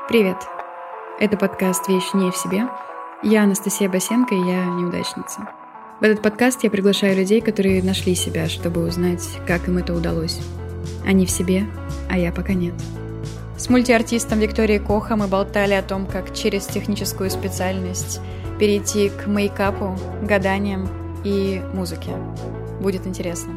Привет! Это подкаст «Вещь не в себе». Я Анастасия Басенко, и я неудачница. В этот подкаст я приглашаю людей, которые нашли себя, чтобы узнать, как им это удалось. Они в себе, а я пока нет. С мультиартистом Викторией Коха мы болтали о том, как через техническую специальность перейти к мейкапу, гаданиям и музыке. Будет интересно.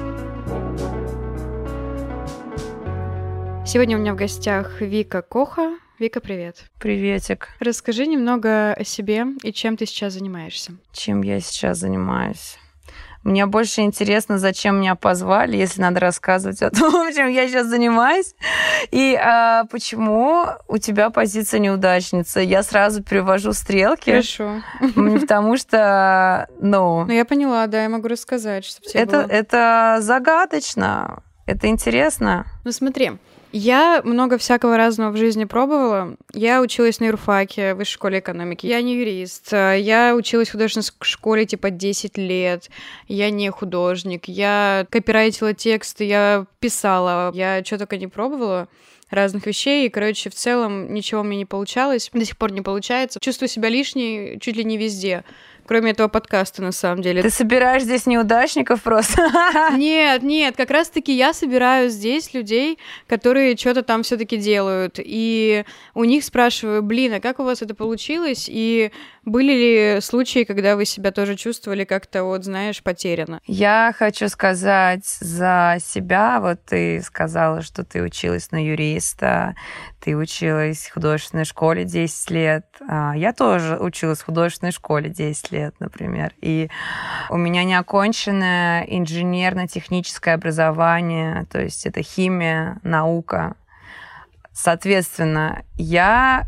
Сегодня у меня в гостях Вика Коха. Вика, привет. Приветик. Расскажи немного о себе и чем ты сейчас занимаешься. Чем я сейчас занимаюсь? Мне больше интересно, зачем меня позвали, если надо рассказывать о том, чем я сейчас занимаюсь. И почему у тебя позиция неудачницы. Я сразу перевожу стрелки. Хорошо. Потому что, Ну, я поняла, да, я могу рассказать, чтобы тебе было. Это загадочно, это интересно. Ну, смотри. Я много всякого разного в жизни пробовала. Я училась на юрфаке, в высшей школе экономики. Я не юрист. Я училась в художественной школе типа 10 лет. Я не художник. Я копирайтила тексты, я писала. Я что только не пробовала разных вещей. И, короче, в целом ничего мне не получалось. До сих пор не получается. Чувствую себя лишней чуть ли не везде. Кроме этого подкаста, на самом деле. Ты собираешь здесь неудачников просто? Нет, как раз-таки я собираю здесь людей, которые что-то там все-таки делают. И у них спрашиваю, а как у вас это получилось? И были ли случаи, когда вы себя тоже чувствовали как-то, потеряно? Я хочу сказать за себя. Вот ты сказала, что ты училась на юриста, ты училась в художественной школе 10 лет. Я тоже училась в художественной школе 10 лет, например. И у меня неоконченное инженерно-техническое образование, то есть это химия, наука. Соответственно, я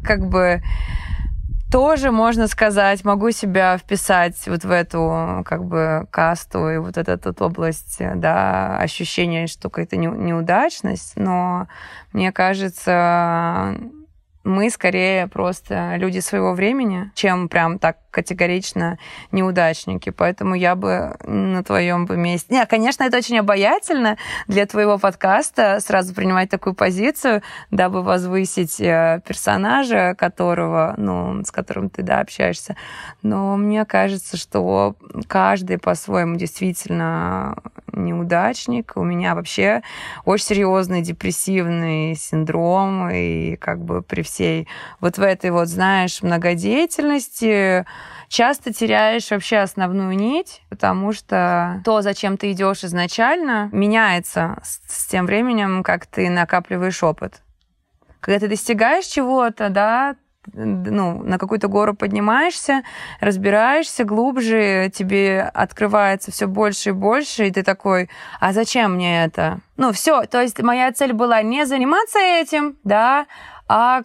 тоже, можно сказать, могу себя вписать вот в эту касту и вот эту область, да, ощущения, что какая-то неудачность, но мне кажется, мы скорее просто люди своего времени, чем прям так категорично неудачники. Поэтому я бы на твоем месте... Нет, конечно, это очень обаятельно для твоего подкаста сразу принимать такую позицию, дабы возвысить персонажа, с которым ты, да, общаешься. Но мне кажется, что каждый по-своему действительно неудачник. У меня вообще очень серьезный депрессивный синдром, и при всей вот в этой многодеятельности часто теряешь вообще основную нить, потому что то, зачем ты идешь изначально, меняется с тем временем, как ты накапливаешь опыт. Когда ты достигаешь чего-то, да, на какую-то гору поднимаешься, разбираешься глубже, тебе открывается все больше и больше, и ты такой, а зачем мне это? Все, то есть моя цель была не заниматься этим, да, а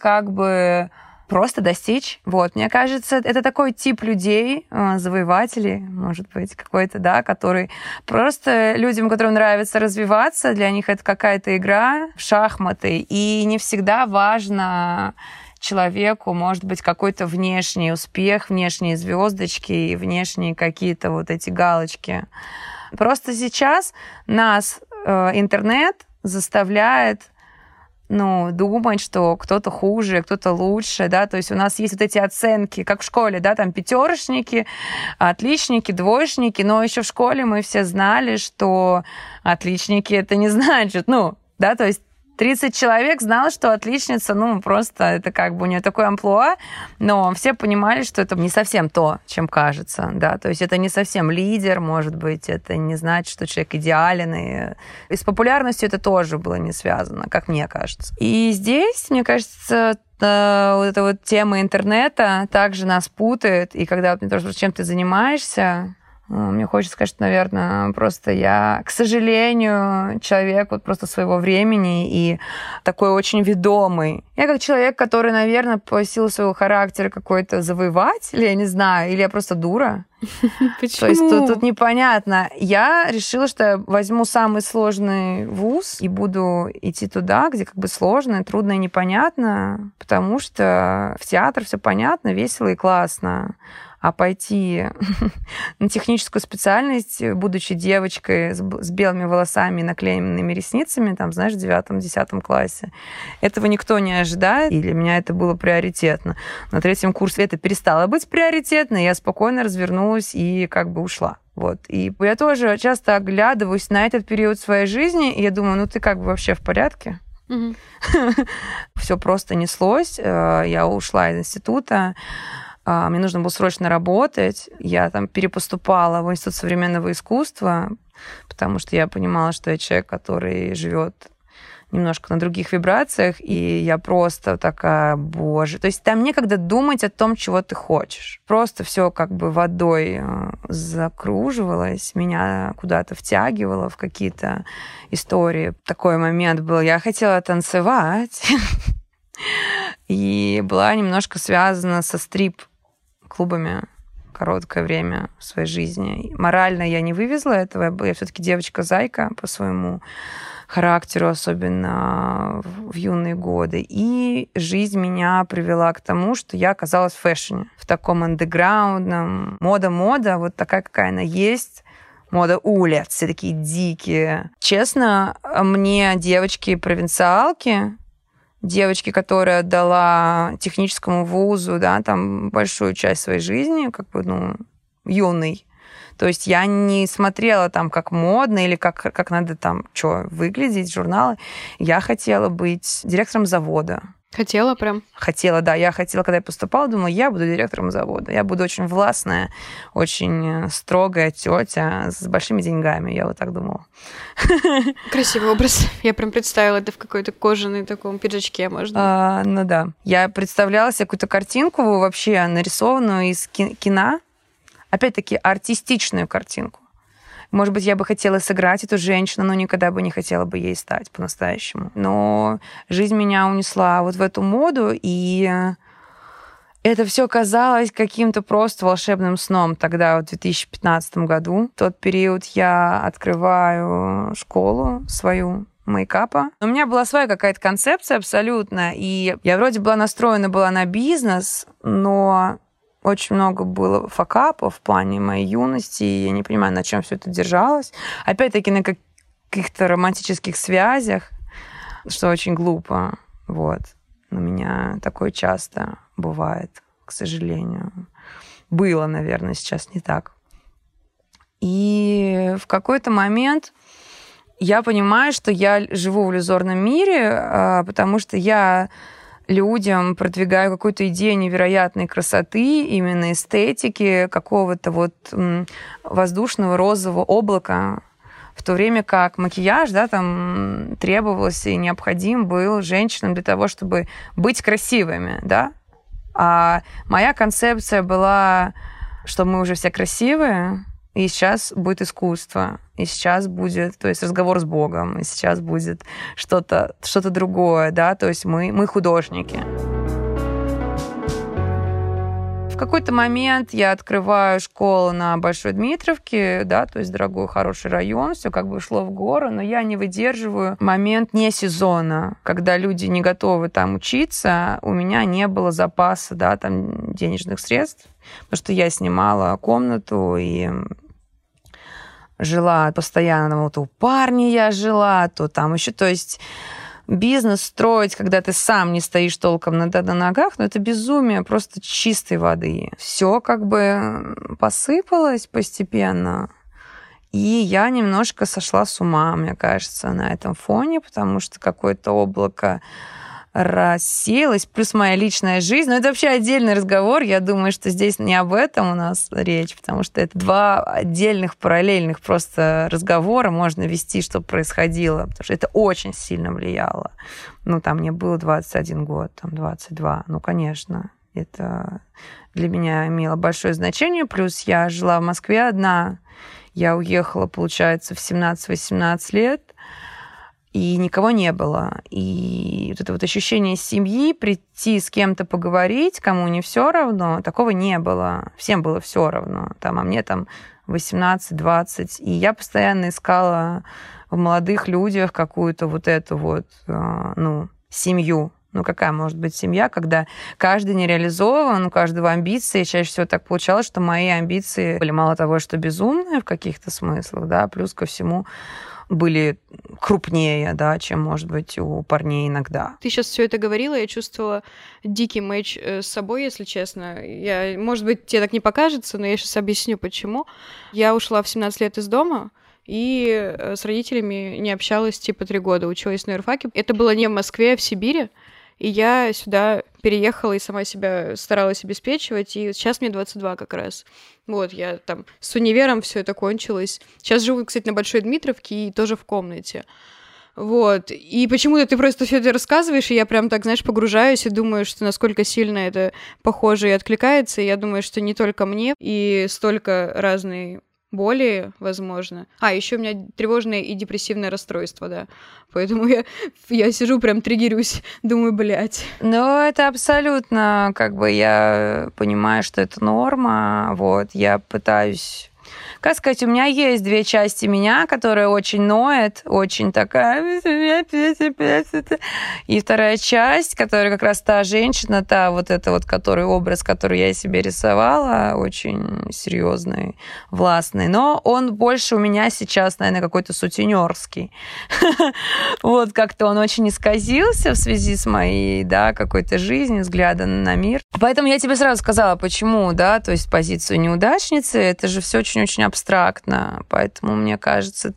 просто достичь. Мне кажется, это такой тип людей, завоевателей, может быть, какой-то, да, который просто людям, которым нравится развиваться, для них это какая-то игра в шахматы, и не всегда важно человеку, может быть, какой-то внешний успех, внешние звездочки и внешние какие-то вот эти галочки. Просто сейчас нас интернет заставляет думать, что кто-то хуже, кто-то лучше, да, то есть у нас есть вот эти оценки, как в школе, да, там пятерочники, отличники, двоечники, но еще в школе мы все знали, что отличники это не значит, да, то есть 30 человек знало, что отличница, просто это у нее такое амплуа, но все понимали, что это не совсем то, чем кажется, да, то есть это не совсем лидер, может быть, это не значит, что человек идеален, и с популярностью это тоже было не связано, как мне кажется. И здесь, мне кажется, вот эта тема интернета также нас путает, и когда мне тоже, чем ты занимаешься, мне хочется сказать, что, наверное, просто я, к сожалению, человек просто своего времени и такой очень ведомый. Я как человек, который, наверное, по силе своего характера какой-то завоеватель, я не знаю, или я просто дура. Почему? То есть тут непонятно. Я решила, что я возьму самый сложный вуз и буду идти туда, где сложно, трудно и непонятно, потому что в театр все понятно, весело и классно. А пойти на техническую специальность, будучи девочкой с белыми волосами и наклеенными ресницами, там, знаешь, в 9-10 классе, этого никто не ожидает, и для меня это было приоритетно. На 3-м курсе это перестало быть приоритетно, и я спокойно развернулась и как бы ушла. Вот. И я тоже часто оглядываюсь на этот период своей жизни, и я думаю, ну ты как бы вообще в порядке? Все просто неслось. Я ушла из института. Мне нужно было срочно работать. Я там перепоступала в Институт современного искусства, потому что я понимала, что я человек, который живет немножко на других вибрациях, и я просто такая, боже. То есть там некогда думать о том, чего ты хочешь. Просто все как бы водой закруживалось, меня куда-то втягивало в какие-то истории. Такой момент был. Я хотела танцевать, и была немножко связана со стрип-клубами короткое время в своей жизни. Морально я не вывезла этого. Я все-таки девочка-зайка по своему характеру, особенно в юные годы. И жизнь меня привела к тому, что я оказалась в фэшне, в таком андеграундном. Мода, вот такая, какая она есть. Мода улиц, все такие дикие. Честно, мне девочки-провинциалки, девочки, которая отдала техническому вузу, да, там большую часть своей жизни, как бы, ну, юной. То есть я не смотрела там, как модно или как надо там что выглядеть, журналы. Я хотела быть директором завода. Хотела прям? Хотела, да. Я хотела, когда я поступала, думала, я буду директором завода. Я буду очень властная, очень строгая тетя с большими деньгами. Я вот так думала. Красивый образ. Я прям представила это в какой-то кожаной таком пиджачке, можно. Ну да. Я представляла себе какую-то картинку вообще нарисованную из кино. Опять-таки, артистичную картинку. Может быть, я бы хотела сыграть эту женщину, но никогда бы не хотела бы ей стать по-настоящему. Но жизнь меня унесла вот в эту моду, и это все казалось каким-то просто волшебным сном тогда, в 2015 году. В тот период я открываю школу свою мейкапа. У меня была своя какая-то концепция абсолютно, и я вроде была настроена на бизнес, но очень много было факапов в плане моей юности, и я не понимаю, на чем все это держалось. Опять-таки на каких-то романтических связях, что очень глупо. Вот. У меня такое часто бывает, к сожалению. Было, наверное, сейчас не так. И в какой-то момент я понимаю, что я живу в иллюзорном мире, потому что я людям продвигаю какую-то идею невероятной красоты, именно эстетики, какого-то вот воздушного розового облака, в то время как макияж, да, там требовался и необходим был женщинам для того, чтобы быть красивыми, да. А моя концепция была, что мы уже все красивые, и сейчас будет искусство, и сейчас будет, то есть разговор с Богом, и сейчас будет что-то другое, да, то есть мы художники. В какой-то момент я открываю школу на Большой Дмитровке, да, то есть дорогой, хороший район, все как бы шло в гору, но я не выдерживаю момент не сезона, когда люди не готовы там учиться, у меня не было запаса, да, там денежных средств, потому что я снимала комнату и жила постоянно, вот у парня я жила, то там еще, то есть бизнес строить, когда ты сам не стоишь толком на ногах, но это безумие просто чистой воды. Все как бы посыпалось постепенно, и я немножко сошла с ума, мне кажется, на этом фоне, потому что какое-то облако рассеялась, плюс моя личная жизнь. Но это вообще отдельный разговор. Я думаю, что здесь не об этом у нас речь, потому что это два отдельных, параллельных просто разговора можно вести, что происходило, потому что это очень сильно влияло. Ну, там мне было 21 год, там 22. Ну, конечно, это для меня имело большое значение. Плюс я жила в Москве одна. Я уехала, получается, в 17-18 лет. И никого не было. И вот это вот ощущение семьи, прийти с кем-то поговорить, кому не все равно, такого не было. Всем было все равно. Там, а мне там 18-20. И я постоянно искала в молодых людях какую-то вот эту вот, ну, семью, Ну, какая может быть семья, когда каждый не реализован, у каждого амбиции. Чаще всего так получалось, что мои амбиции были мало того, что безумные в каких-то смыслах, да, плюс ко всему были крупнее, да, чем, может быть, у парней иногда. Ты сейчас все это говорила, я чувствовала дикий матч с собой, если честно. Может быть, тебе так не покажется, но я сейчас объясню, почему. Я ушла в 17 лет из дома, и с родителями не общалась типа 3 года, училась на юрфаке. Это было не в Москве, а в Сибири. И я сюда переехала и сама себя старалась обеспечивать. И сейчас мне 22 как раз. Вот, я там с универом все это кончилось. Сейчас живу, кстати, на Большой Дмитровке и тоже в комнате. Вот. И почему-то ты просто все это рассказываешь, и я прям так, знаешь, погружаюсь и думаю, что насколько сильно это похоже и откликается. И я думаю, что не только мне, и столько разной боли, возможно. Еще у меня тревожное и депрессивное расстройство, да. Поэтому я сижу, прям триггерюсь, думаю, блядь. Ну, это абсолютно, я понимаю, что это норма, вот, я пытаюсь... Как сказать, у меня есть 2 части меня, которая очень ноет, очень такая... И вторая часть, которая как раз та женщина, который образ, который я себе рисовала, очень серьезный, властный. Но он больше у меня сейчас, наверное, какой-то сутенерский. Вот как-то он очень исказился в связи с моей, да, какой-то жизнью, взглядом на мир. Поэтому я тебе сразу сказала, почему, да, то есть позицию неудачницы, это же все очень-очень абстрактно, поэтому мне кажется,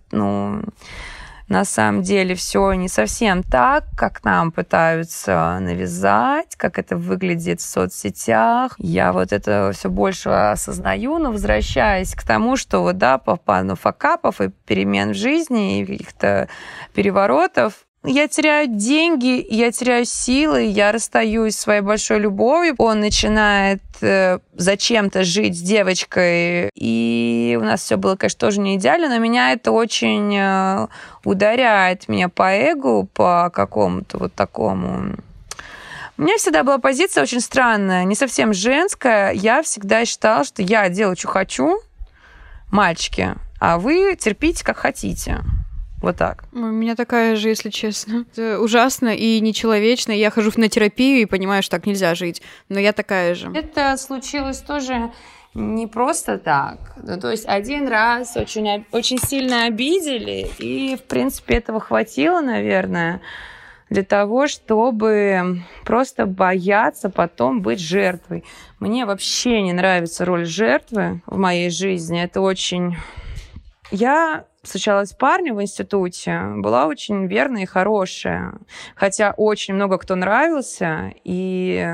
на самом деле все не совсем так, как нам пытаются навязать, как это выглядит в соцсетях. Я вот это все больше осознаю, но возвращаясь к тому, что вот, да, по плану факапов и перемен в жизни, и каких-то переворотов, я теряю деньги, я теряю силы, я расстаюсь со своей большой любовью. Он начинает зачем-то жить с девочкой, и у нас все было, конечно, тоже не идеально, но меня это очень ударяет меня по эгу, по какому-то вот такому... У меня всегда была позиция очень странная, не совсем женская. Я всегда считала, что я делаю, что хочу, мальчики, а вы терпите, как хотите. Вот так. У меня такая же, если честно. Это ужасно и нечеловечно. Я хожу на терапию и понимаю, что так нельзя жить. Но я такая же. Это случилось тоже не просто так. Ну, то есть один раз очень, очень сильно обидели, и, в принципе, этого хватило, наверное, для того, чтобы просто бояться потом быть жертвой. Мне вообще не нравится роль жертвы в моей жизни. Это очень... Я встречалась с парнем в институте, была очень верная и хорошая. Хотя очень много кто нравился, и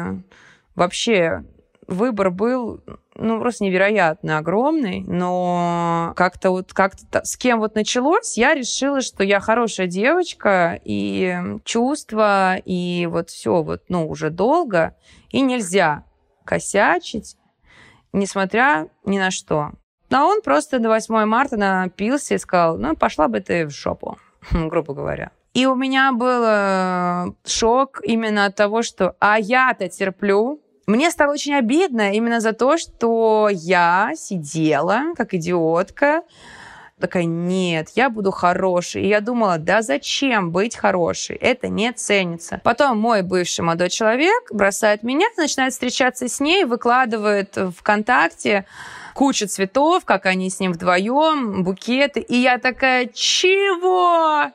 вообще выбор был просто невероятно огромный. Но как-то с кем началось, я решила, что я хорошая девочка, и чувства, и все уже долго, и нельзя косячить, несмотря ни на что. А он просто до 8 марта напился и сказал, пошла бы ты в жопу, грубо говоря. И у меня был шок именно от того, что я-то терплю. Мне стало очень обидно именно за то, что я сидела как идиотка, такая, нет, я буду хорошей. И я думала, да зачем быть хорошей? Это не ценится. Потом мой бывший молодой человек бросает меня, начинает встречаться с ней, выкладывает ВКонтакте кучу цветов, как они с ним вдвоем, букеты. И я такая, чего?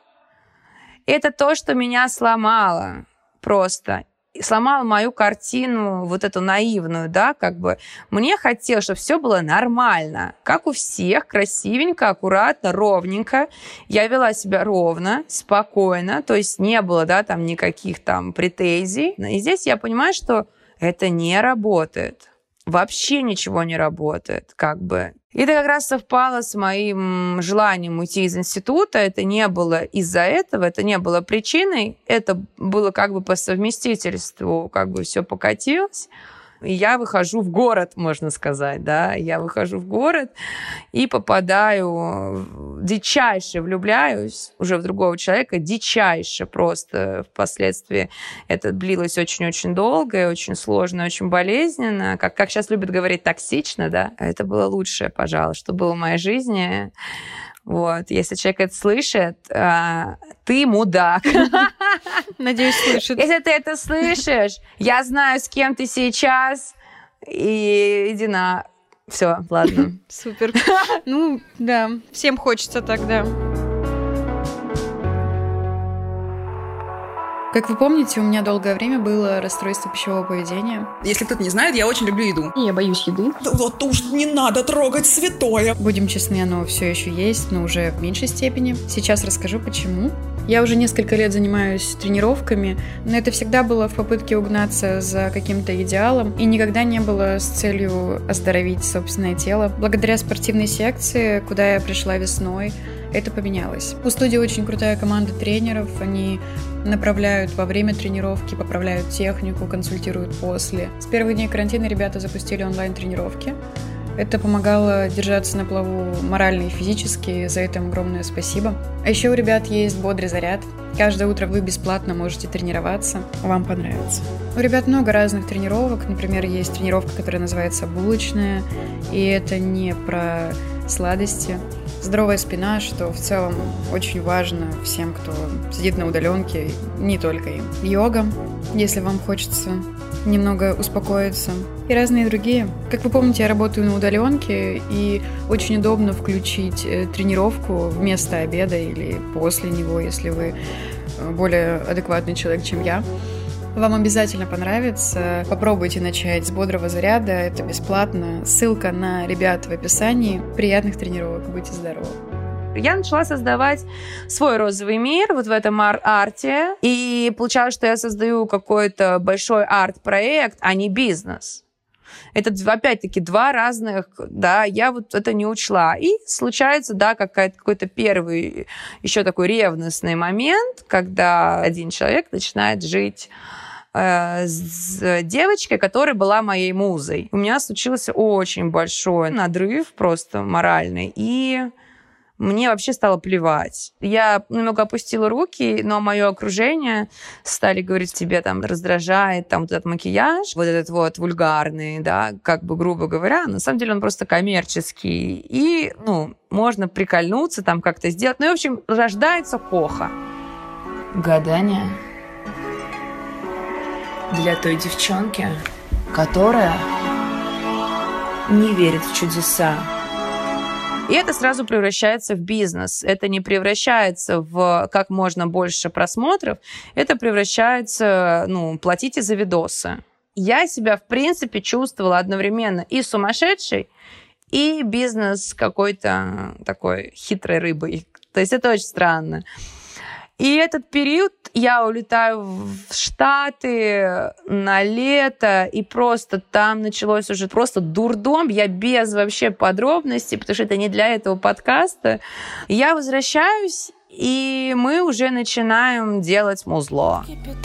Это то, что меня сломало просто. Сломало мою картину, эту наивную, да, Мне хотелось, чтобы все было нормально, как у всех, красивенько, аккуратно, ровненько. Я вела себя ровно, спокойно, то есть не было, да, там никаких там претензий. И здесь я понимаю, что это не работает. Вообще ничего не работает, И это как раз совпало с моим желанием уйти из института. Это не было из-за этого, это не было причиной. Это было по совместительству, все покатилось. И я выхожу в город, можно сказать, да. Я выхожу в город и попадаю, дичайше влюбляюсь уже в другого человека, дичайше просто впоследствии. Это длилось очень-очень долго, и очень сложно, очень болезненно. Как сейчас любят говорить, токсично, да. Это было лучшее, пожалуй, что было в моей жизни. Вот, если человек это слышит, ты мудак. Надеюсь, слышит. Если ты это слышишь, я знаю, с кем ты сейчас, и иди на... Все, ладно. Супер. Ну, да, всем хочется тогда. Как вы помните, у меня долгое время было расстройство пищевого поведения. Если кто-то не знает, я очень люблю еду. Я боюсь еды. Вот уж не надо трогать святое. Будем честны, оно все еще есть, но уже в меньшей степени. Сейчас расскажу, почему. Я уже несколько лет занимаюсь тренировками, но это всегда было в попытке угнаться за каким-то идеалом и никогда не было с целью оздоровить собственное тело. Благодаря спортивной секции, куда я пришла весной, это поменялось. У студии очень крутая команда тренеров, они направляют во время тренировки, поправляют технику, консультируют после. С первых дней карантина ребята запустили онлайн-тренировки. Это помогало держаться на плаву морально и физически, за это им огромное спасибо. А еще у ребят есть бодрый заряд. Каждое утро вы бесплатно можете тренироваться, вам понравится. У ребят много разных тренировок, например, есть тренировка, которая называется булочная, и это не про сладости. Здоровая спина, что в целом очень важно всем, кто сидит на удаленке, не только им. Йога, если вам хочется немного успокоиться, и разные другие. Как вы помните, я работаю на удаленке, и очень удобно включить тренировку вместо обеда или после него, если вы более адекватный человек, чем я. Вам обязательно понравится. Попробуйте начать с бодрого заряда, это бесплатно. Ссылка на ребят в описании. Приятных тренировок, будьте здоровы. Я начала создавать свой розовый мир вот в этом арте. И получалось, что я создаю какой-то большой арт-проект, а не бизнес. Это, опять-таки, два разных, да, я вот это не учла. И случается, да, какой-то первый еще такой ревностный момент, когда один человек начинает жить с девочкой, которая была моей музой. У меня случился очень большой надрыв просто моральный, и мне вообще стало плевать. Я немного опустила руки, но мое окружение стали говорить, тебе там раздражает там вот этот макияж, вот этот вот вульгарный, да, как бы грубо говоря, на самом деле он просто коммерческий. И, можно прикольнуться, там как-то сделать. Ну, и, в общем, рождается хоха. Гадание для той девчонки, которая не верит в чудеса. И это сразу превращается в бизнес. Это не превращается в как можно больше просмотров. Это превращается, платите за видосы. Я себя, в принципе, чувствовала одновременно и сумасшедшей, и бизнес какой-то такой хитрой рыбой. То есть это очень странно. И этот период я улетаю в Штаты на лето, и просто там началось уже просто дурдом. Я без вообще подробностей, потому что это не для этого подкаста. Я возвращаюсь, и мы уже начинаем делать музло.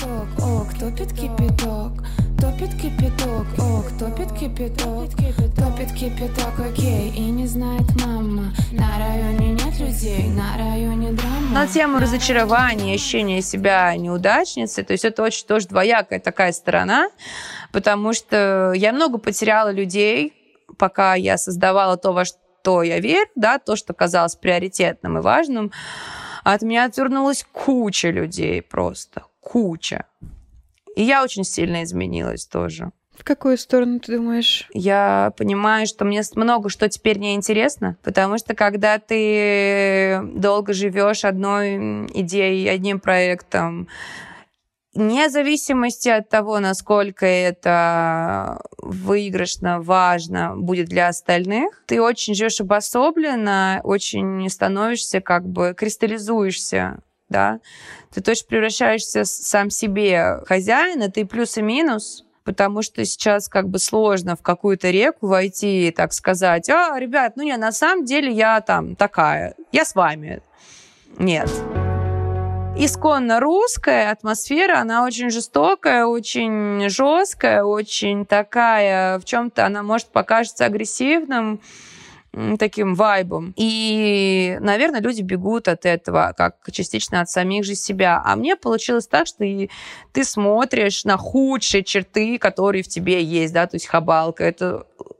Топит кипяток, топит кипяток, топит кипяток, окей, и не знает мама, на районе нет людей, на районе драма. На тему разочарования, ощущения себя неудачницей, то есть это очень тоже двоякая такая сторона, потому что я много потеряла людей, пока я создавала то, во что я верю, да, то, что казалось приоритетным и важным, от меня отвернулась куча людей просто, куча. И я очень сильно изменилась тоже. В какую сторону ты думаешь? Я понимаю, что мне много что теперь не интересно, потому что когда ты долго живешь одной идеей, одним проектом, вне зависимости от того, насколько это выигрышно, важно будет для остальных, ты очень живешь обособленно, очень становишься, кристаллизуешься. Да? Ты точно превращаешься сам себе хозяина, ты плюс и минус, потому что сейчас сложно в какую-то реку войти и так сказать, ребят, на самом деле я там такая, я с вами. Нет. Исконно русская атмосфера, она очень жестокая, очень жесткая, очень такая, в чем-то она может покажется агрессивным, таким вайбом. И, наверное, люди бегут от этого, как частично от самих же себя. А мне получилось так, что ты смотришь на худшие черты, которые в тебе есть, да, то есть хабалка. Это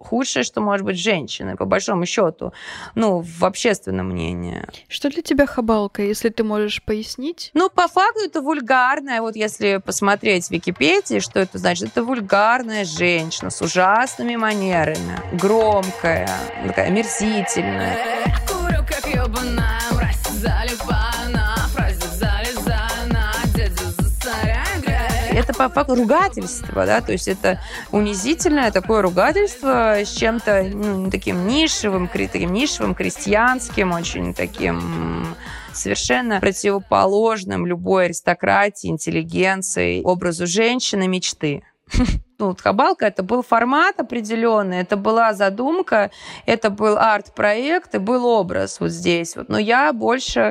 худшее, что может быть женщина, по большому счету, в общественном мнении. Что для тебя хабалка, если ты можешь пояснить? По факту это вульгарная, вот если посмотреть в Википедии, что это значит, это вульгарная женщина с ужасными манерами, громкая, такая омерзительная. Курю как ёбаная, мразь залипана, фразик залезана, дядя засоряет грязь. Это по факту ругательство, да, то есть это унизительное такое ругательство с чем-то таким нишевым, крестьянским, очень таким совершенно противоположным любой аристократии, интеллигенции, образу женщины мечты. Хабалка — это был формат определенный, это была задумка, это был арт-проект и был образ вот здесь. Но я от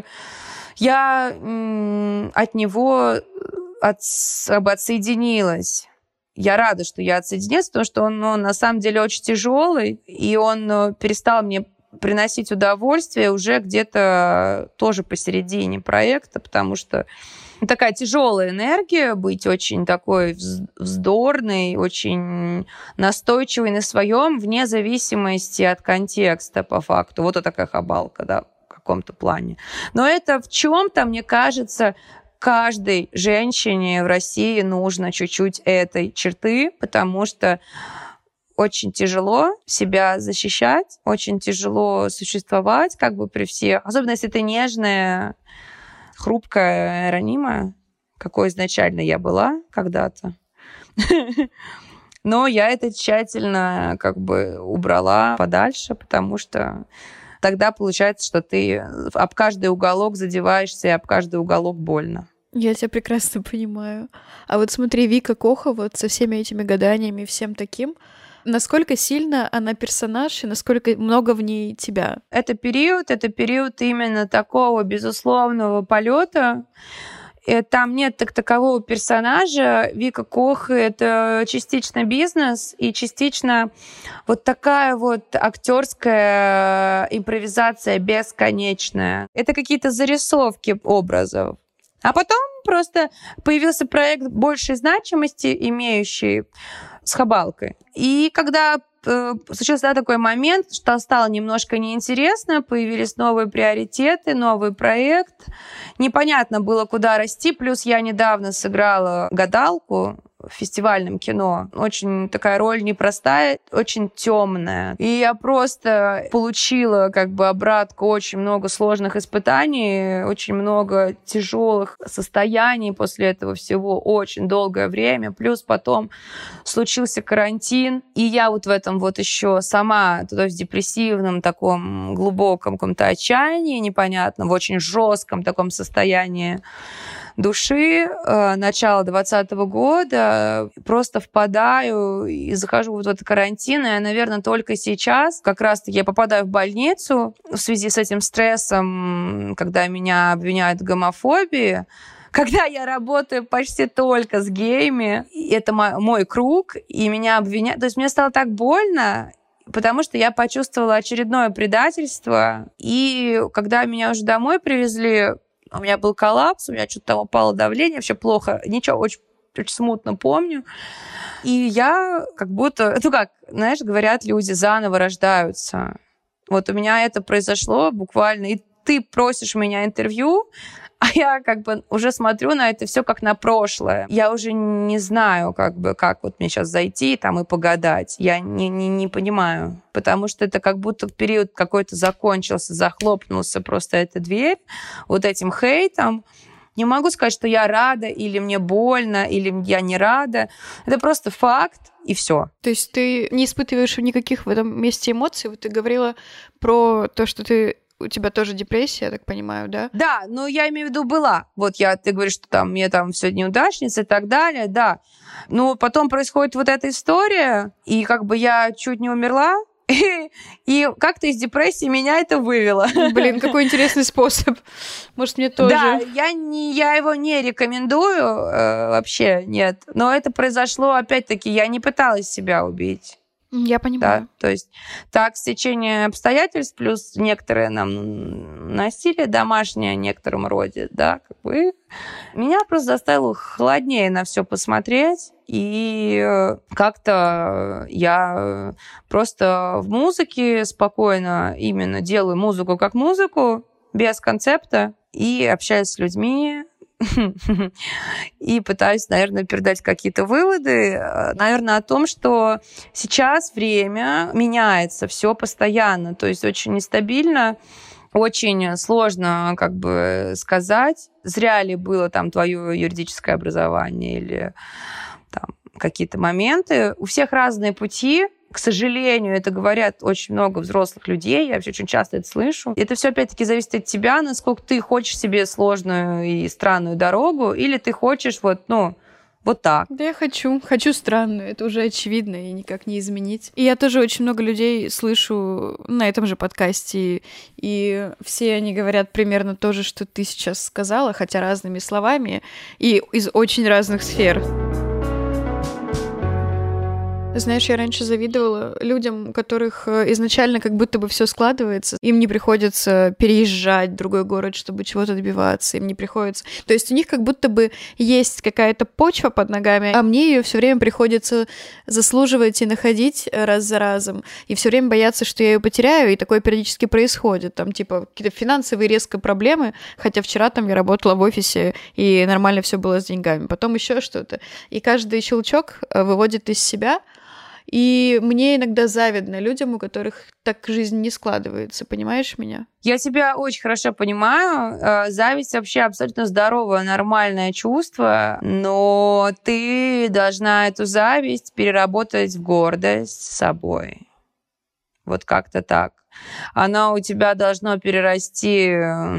него отсоединилась. Я рада, что я отсоединилась, потому что он на самом деле очень тяжелый, и он перестал мне приносить удовольствие уже где-то тоже посередине проекта, потому что такая тяжелая энергия, быть очень такой вздорной, очень настойчивой на своем, вне зависимости от контекста, по факту. Вот такая хабалка, да, в каком-то плане. Но это в чем-то, мне кажется, каждой женщине в России нужно чуть-чуть этой черты, потому что очень тяжело себя защищать, очень тяжело существовать при всех, особенно если ты нежная, хрупкая, ранимая, какой изначально я была когда-то. Но я это тщательно убрала подальше, потому что тогда получается, что ты об каждый уголок задеваешься, и об каждый уголок больно. Я тебя прекрасно понимаю. А вот смотри, Вика Коха со всеми этими гаданиями и всем таким, насколько сильно она персонаж и насколько много в ней тебя? Это период именно такого безусловного полета. Там нет такового персонажа. Вика Коха — это частично бизнес и частично вот такая вот актерская импровизация бесконечная. Это какие-то зарисовки образов. А потом просто появился проект большей значимости, имеющий с хабалкой. И когда случился такой момент, что стало немножко неинтересно, появились новые приоритеты, новый проект. Непонятно было, куда расти. Плюс я недавно сыграла гадалку в фестивальном кино. Очень такая роль непростая, очень темная. И я просто получила обратку очень много сложных испытаний, очень много тяжелых состояний после этого всего очень долгое время. Плюс потом случился карантин. И я в этом еще сама в депрессивном таком глубоком каком-то отчаянии непонятном, в очень жестком таком состоянии души, начала 2020 года, просто впадаю и захожу в этот карантин, и, наверное, только сейчас как раз-таки я попадаю в больницу в связи с этим стрессом, когда меня обвиняют в гомофобии, когда я работаю почти только с геями, это мой круг, и меня обвиняют. То есть мне стало так больно, потому что я почувствовала очередное предательство, и когда меня уже домой привезли, у меня был коллапс, у меня что-то там упало давление, вообще плохо, ничего, очень смутно помню. И я говорят люди, заново рождаются. Вот у меня это произошло буквально, и ты просишь меня интервью, а я уже смотрю на это все как на прошлое. Я уже не знаю, как вот мне сейчас зайти там и погадать. Я не понимаю. Потому что это как будто период какой-то закончился, захлопнулся просто эта дверь вот этим хейтом. Не могу сказать, что я рада, или мне больно, или я не рада. Это просто факт, и все. То есть ты не испытываешь никаких в этом месте эмоций? Вот ты говорила про то, что у тебя тоже депрессия, я так понимаю, да? Да, но я имею в виду была. Вот ты говоришь, что мне все неудачница и так далее, да. Но потом происходит вот эта история, и я чуть не умерла, и как-то из депрессии меня это вывело. Блин, какой интересный способ. Может, мне тоже. Да, я его не рекомендую, вообще нет. Но это произошло, опять-таки, я не пыталась себя убить. Я понимаю. Да, то есть так стечение обстоятельств плюс некоторое нам насилие домашнее в некотором роде, да, как бы меня просто заставило холоднее на все посмотреть, и как-то я просто в музыке спокойно именно делаю музыку как музыку, без концепта, и общаюсь с людьми, и пытаюсь, наверное, передать какие-то выводы, наверное, о том, что сейчас время меняется, все постоянно, то есть очень нестабильно, очень сложно как бы сказать, зря ли было там твое юридическое образование или там какие-то моменты. У всех разные пути. К сожалению, это говорят очень много взрослых людей, я вообще очень часто это слышу. Это все опять-таки зависит от тебя, насколько ты хочешь себе сложную и странную дорогу, или ты хочешь вот так. Да, я хочу странную, это уже очевидно и никак не изменить. И я тоже очень много людей слышу на этом же подкасте, и все они говорят примерно то же, что ты сейчас сказала, хотя разными словами, и из очень разных сфер. Знаешь, я раньше завидовала людям, у которых изначально как будто бы все складывается. Им не приходится переезжать в другой город, чтобы чего-то добиваться. Им не приходится... То есть у них как будто бы есть какая-то почва под ногами, а мне ее все время приходится заслуживать и находить раз за разом. И все время бояться, что я ее потеряю, и такое периодически происходит. Там типа какие-то финансовые резко проблемы, хотя вчера там я работала в офисе, и нормально все было с деньгами. Потом еще что-то. И каждый щелчок выводит из себя. И мне иногда завидно людям, у которых так жизнь не складывается, понимаешь меня? Я тебя очень хорошо понимаю. Зависть вообще абсолютно здоровое, нормальное чувство, но ты должна эту зависть переработать в гордость собой. Вот как-то так. Она у тебя должна перерасти,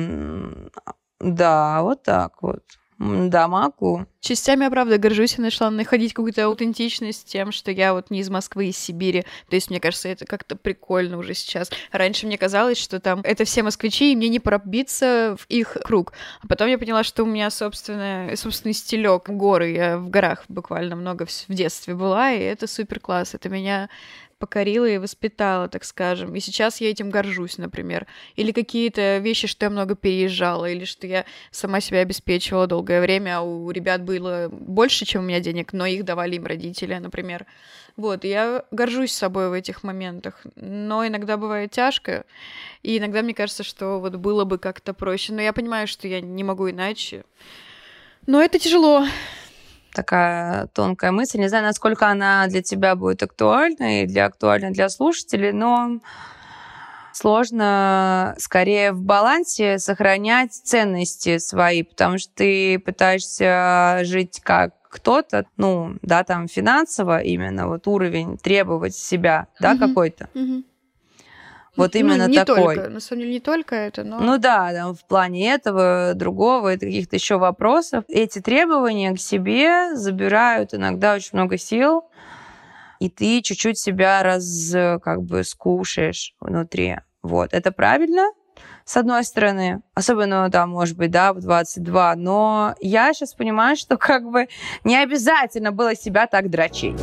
да, вот так вот. Да, могу. Частями я, правда, горжусь, я начала находить какую-то аутентичность тем, что я вот не из Москвы, из Сибири. То есть, мне кажется, это как-то прикольно уже сейчас. Раньше мне казалось, что там это все москвичи, и мне не пробиться в их круг. А потом я поняла, что у меня собственный стилек, горы. Я в горах буквально много в детстве была, и это супер класс. Это меня покорила и воспитала, так скажем. И сейчас я этим горжусь, например. Или какие-то вещи, что я много переезжала, или что я сама себя обеспечивала долгое время, а у ребят было больше, чем у меня денег, но их давали им родители, например. Вот, и я горжусь собой в этих моментах. Но иногда бывает тяжко, и иногда мне кажется, что вот было бы как-то проще. Но я понимаю, что я не могу иначе. Но это тяжело. Такая тонкая мысль. Не знаю, насколько она для тебя будет актуальна и актуальна для слушателей, но сложно скорее в балансе сохранять ценности свои, потому что ты пытаешься жить как кто-то, там финансово именно вот уровень требовать себя, какой-то. Вот именно не такой. Только, на самом деле не только это, но... Ну да, там, в плане этого, другого, и каких-то еще вопросов. Эти требования к себе забирают иногда очень много сил, и ты чуть-чуть себя скушаешь внутри. Вот. Это правильно, с одной стороны. Особенно, может быть, в 22. Но я сейчас понимаю, что не обязательно было себя так дрочить.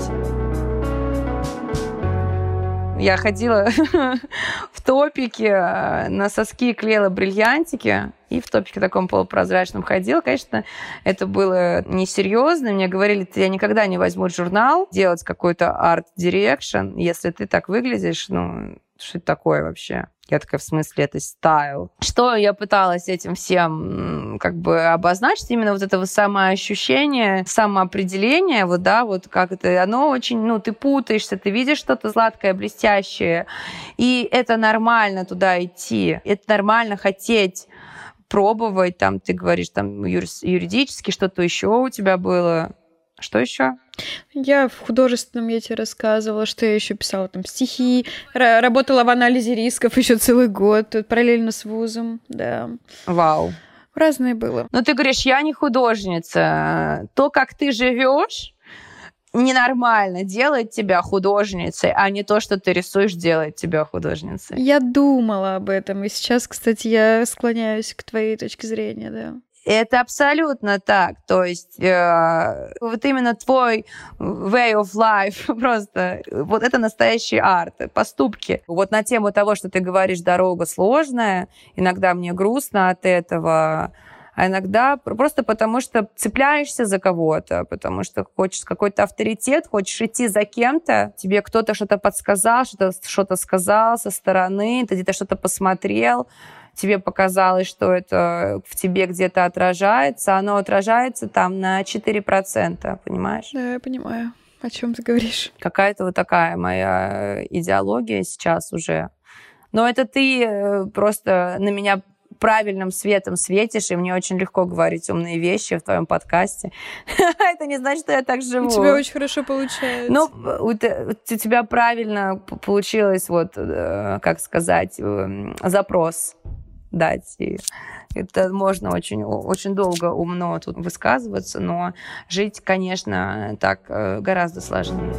Я ходила в топике, на соски клеила бриллиантики, и в топике таком полупрозрачном ходила. Конечно, это было несерьезно. Мне говорили, я никогда не возьму журнал делать какой-то арт-дирекшн, если ты так выглядишь, что это такое вообще? Я такая, в смысле, это стайл. Что я пыталась этим всем обозначить? Именно вот это самоощущение, самоопределение, как это, оно очень, ты путаешься, ты видишь что-то сладкое, блестящее, и это нормально туда идти, это нормально хотеть пробовать, ты говоришь, юридически что-то еще у тебя было. Что еще? Я в художественном, я тебе рассказывала, что я еще писала стихи, работала в анализе рисков еще целый год, параллельно с вузом, да. Вау. Разное было. Но ты говоришь, я не художница. То, как ты живешь, ненормально делает тебя художницей, а не то, что ты рисуешь, делает тебя художницей. Я думала об этом, и сейчас, кстати, я склоняюсь к твоей точке зрения, да. Это абсолютно так. То есть вот именно твой way of life, просто вот это настоящий арт, поступки. Вот на тему того, что ты говоришь, дорога сложная, иногда мне грустно от этого, а иногда просто потому, что цепляешься за кого-то, потому что хочешь какой-то авторитет, хочешь идти за кем-то, тебе кто-то что-то подсказал, что-то сказал со стороны, ты где-то что-то посмотрел, тебе показалось, что это в тебе где-то отражается, оно отражается там на 4%, понимаешь? Да, я понимаю, о чем ты говоришь. Какая-то вот такая моя идеология сейчас уже. Но это ты просто на меня правильным светом светишь, и мне очень легко говорить умные вещи в твоем подкасте. Это не значит, что я так живу. У тебя очень хорошо получается. Ну, у тебя правильно получилось, вот, как сказать, запрос дать. И это можно очень, очень долго умно тут высказываться, но жить, конечно, так гораздо сложнее.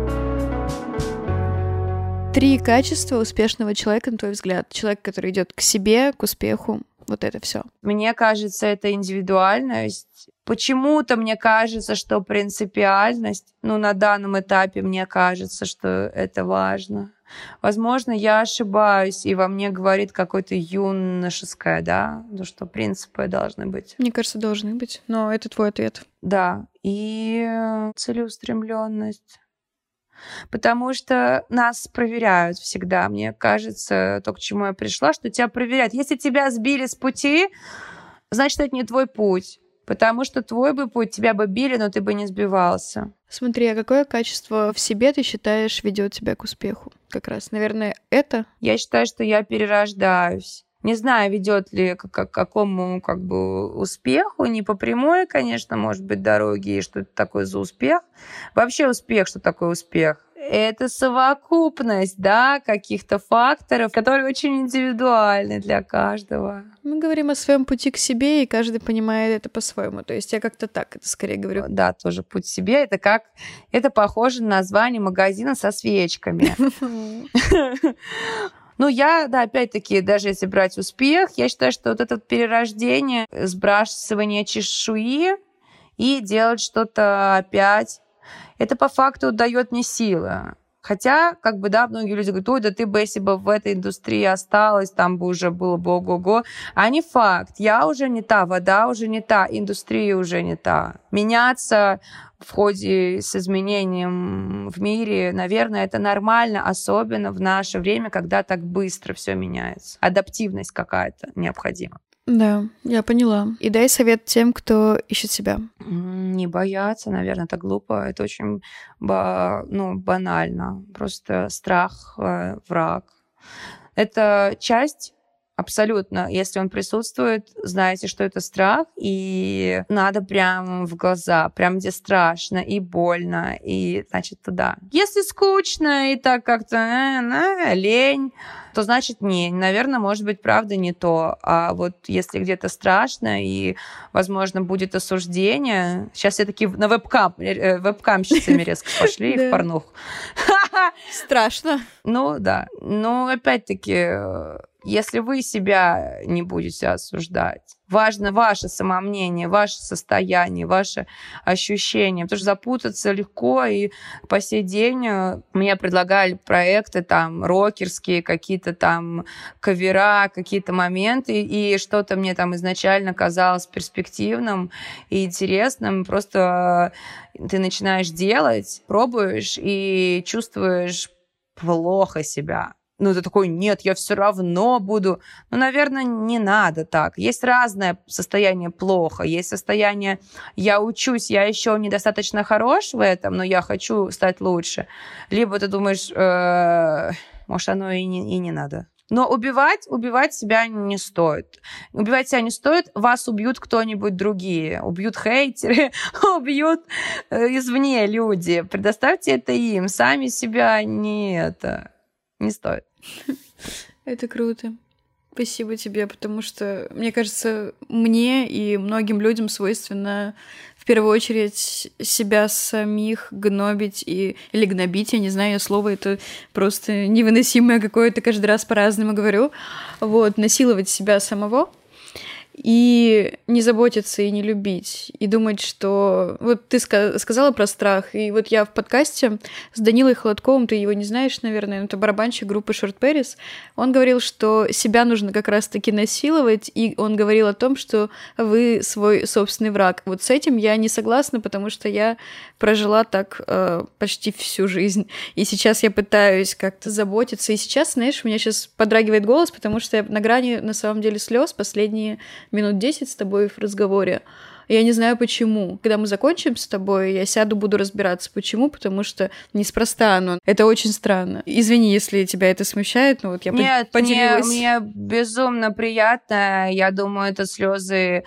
3 качества успешного человека, на твой взгляд. Человек, который идет к себе, к успеху. Вот это все. Мне кажется, это индивидуальность. Почему-то мне кажется, что принципиальность, на данном этапе мне кажется, что это важно. Возможно, я ошибаюсь, и во мне говорит какое-то юношеское, да, что принципы должны быть. Мне кажется, должны быть, но это твой ответ. Да, и целеустремленность. Потому что нас проверяют всегда. Мне кажется, то, к чему я пришла, что тебя проверяют. Если тебя сбили с пути, значит, это не твой путь. Потому что твой бы путь, тебя бы били, но ты бы не сбивался. Смотри, а какое качество в себе ты считаешь ведет тебя к успеху? Как раз, наверное, это? Я считаю, что я перерождаюсь. Не знаю, ведет ли к какому успеху, не по прямой, конечно, может быть, дороге, и что это такое за успех. Вообще успех, что такое успех? Это совокупность, да, каких-то факторов, которые очень индивидуальны для каждого. Мы говорим о своем пути к себе, и каждый понимает это по-своему. То есть я как-то так это скорее говорю. Да, тоже путь к себе. Это похоже на название магазина со свечками. Опять-таки, даже если брать успех, я считаю, что вот это перерождение, сбрасывание чешуи и делать что-то опять, это по факту дает мне силы. Хотя, многие люди говорят, ой, да ты бы, если бы в этой индустрии осталась, там бы уже было бы ого-го. А не факт. Я уже не та, вода уже не та, индустрия уже не та. Меняться в ходе с изменением в мире, наверное, это нормально, особенно в наше время, когда так быстро все меняется. Адаптивность какая-то необходима. Да, я поняла. И дай совет тем, кто ищет себя. Не бояться, наверное, это глупо. Это очень банально. Просто страх, враг. Это часть абсолютно. Если он присутствует, знаете, что это страх, и надо прямо в глаза, прям где страшно и больно, и, значит, туда. Если скучно и так как-то лень, то значит, наверное, может быть, правда не то. А вот если где-то страшно и, возможно, будет осуждение... Сейчас все такие на вебкамщицами резко пошли в порнуху. Страшно. Да. Но опять-таки, если вы себя не будете осуждать, важно ваше самомнение, ваше состояние, ваше ощущение. Потому что запутаться легко, и по сей день мне предлагали проекты там рокерские, какие-то там кавера, какие-то моменты, и что-то мне там изначально казалось перспективным и интересным. Просто ты начинаешь делать, пробуешь и чувствуешь плохо себя. Ты такой, нет, я все равно буду. Наверное, не надо так. Есть разное состояние плохо. Есть состояние, я учусь, я еще недостаточно хорош в этом, но я хочу стать лучше. Либо ты думаешь, может, оно и не надо. Но убивать себя не стоит. Убивать себя не стоит, вас убьют кто-нибудь другие. Убьют хейтеры, убьют извне люди. Предоставьте это им. Сами себя не стоит. Это круто. Спасибо тебе, потому что, мне кажется, мне и многим людям свойственно в первую очередь себя самих гнобить или гнобить, я не знаю, слово это просто невыносимое какое-то, каждый раз по-разному говорю. Насиловать себя самого. и не заботиться, и не любить, и думать, что... Вот ты сказала про страх, и вот я в подкасте с Данилой Холодковым, ты его не знаешь, наверное, но это барабанщик группы Short Paris, он говорил, что себя нужно как раз-таки насиловать, и он говорил о том, что вы свой собственный враг. Вот с этим я не согласна, потому что я прожила так почти всю жизнь, и сейчас я пытаюсь как-то заботиться, и сейчас, знаешь, у меня сейчас подрагивает голос, потому что я на грани, на самом деле, слез последние минут 10 с тобой в разговоре. Я не знаю, почему. Когда мы закончим с тобой, я сяду, буду разбираться, почему, потому что неспроста оно. Это очень странно. Извини, если тебя это смущает, но вот я поделилась. Мне безумно приятно. Я думаю, это слезы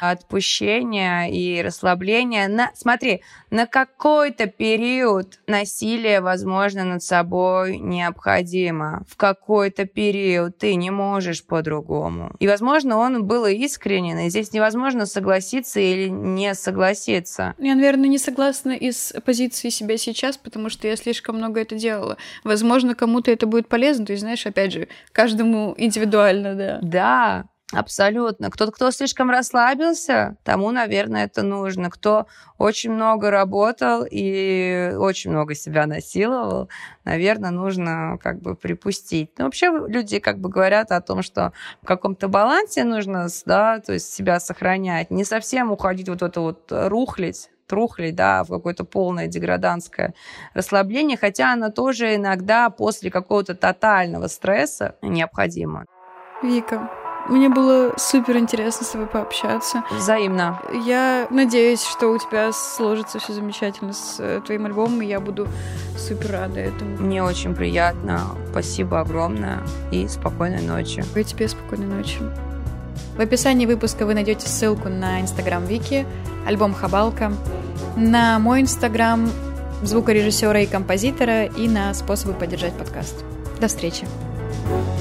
отпущения и расслабления. Смотри, на какой-то период насилие, возможно, над собой необходимо. В какой-то период ты не можешь по-другому. И, возможно, он был искренен, и здесь невозможно согласиться или не согласиться. Я, наверное, не согласна из позиции себя сейчас, потому что я слишком много это делала. Возможно, кому-то это будет полезно. То есть, знаешь, опять же, каждому индивидуально, да. Да, абсолютно. Кто слишком расслабился, тому, наверное, это нужно. Кто очень много работал и очень много себя насиловал, наверное, нужно как бы припустить. Но вообще люди как бы говорят о том, что в каком-то балансе нужно, да, то есть себя сохранять, не совсем уходить вот это вот трухлить, да, в какое-то полное деграданское расслабление, хотя оно тоже иногда после какого-то тотального стресса необходимо. Вика, мне было супер интересно с тобой пообщаться. Взаимно. Я надеюсь, что у тебя сложится все замечательно с твоим альбомом, и я буду супер рада этому. Мне очень приятно. Спасибо огромное и спокойной ночи. И тебе спокойной ночи. В описании выпуска вы найдете ссылку на Инстаграм Вики, альбом «Хабалка», на мой Инстаграм звукорежиссера и композитора и на способы поддержать подкаст. До встречи.